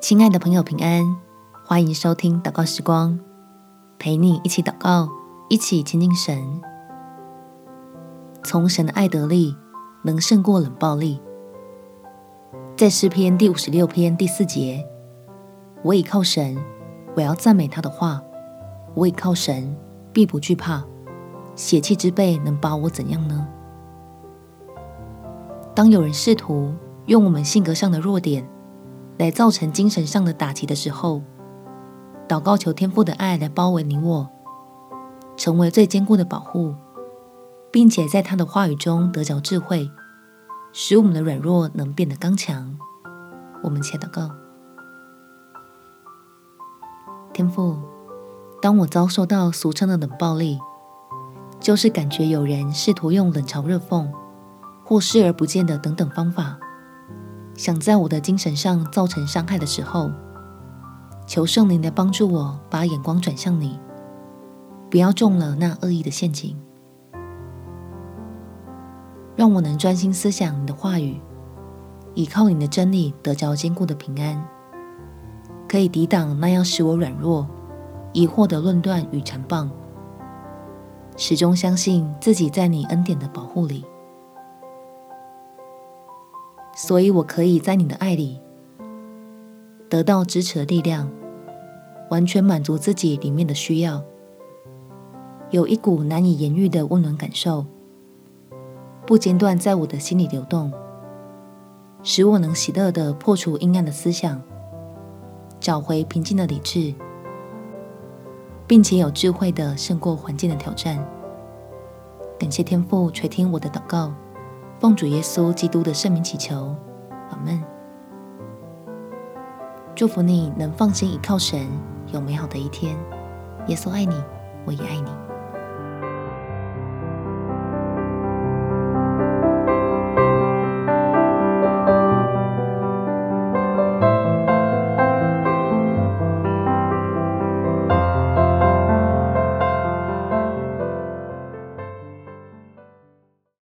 亲爱的朋友平安，欢迎收听祷告时光，陪你一起祷告，一起亲近神。从神的爱得力，能胜过冷暴力。在诗篇第56篇第4节，我倚靠神，我要赞美他的话，我倚靠神，必不惧怕，血气之辈能把我怎样呢？当有人试图用我们性格上的弱点来造成精神上的打击的时候，祷告求天父的爱来包围你我，成为最坚固的保护，并且在他的话语中得着智慧，使我们的软弱能变得刚强。我们且祷告。天父，当我遭受到俗称的冷暴力，就是感觉有人试图用冷嘲热讽或视而不见的等等方法，想在我的精神上造成伤害的时候，求圣灵来帮助我把眼光转向你，不要中了那恶意的陷阱，让我能专心思想你的话语，依靠你的真理得着坚固的平安，可以抵挡那样使我软弱疑惑的论断与缠棒，始终相信自己在你恩典的保护里。所以我可以在你的爱里得到支持的力量，完全满足自己里面的需要，有一股难以言喻的温暖感受，不间断在我的心里流动，使我能喜乐地破除阴暗的思想，找回平静的理智，并且有智慧地胜过环境的挑战。感谢天父垂听我的祷告，奉主耶稣基督的圣名祈求，阿们。祝福你能放心倚靠神，有美好的一天。耶稣爱你，我也爱你。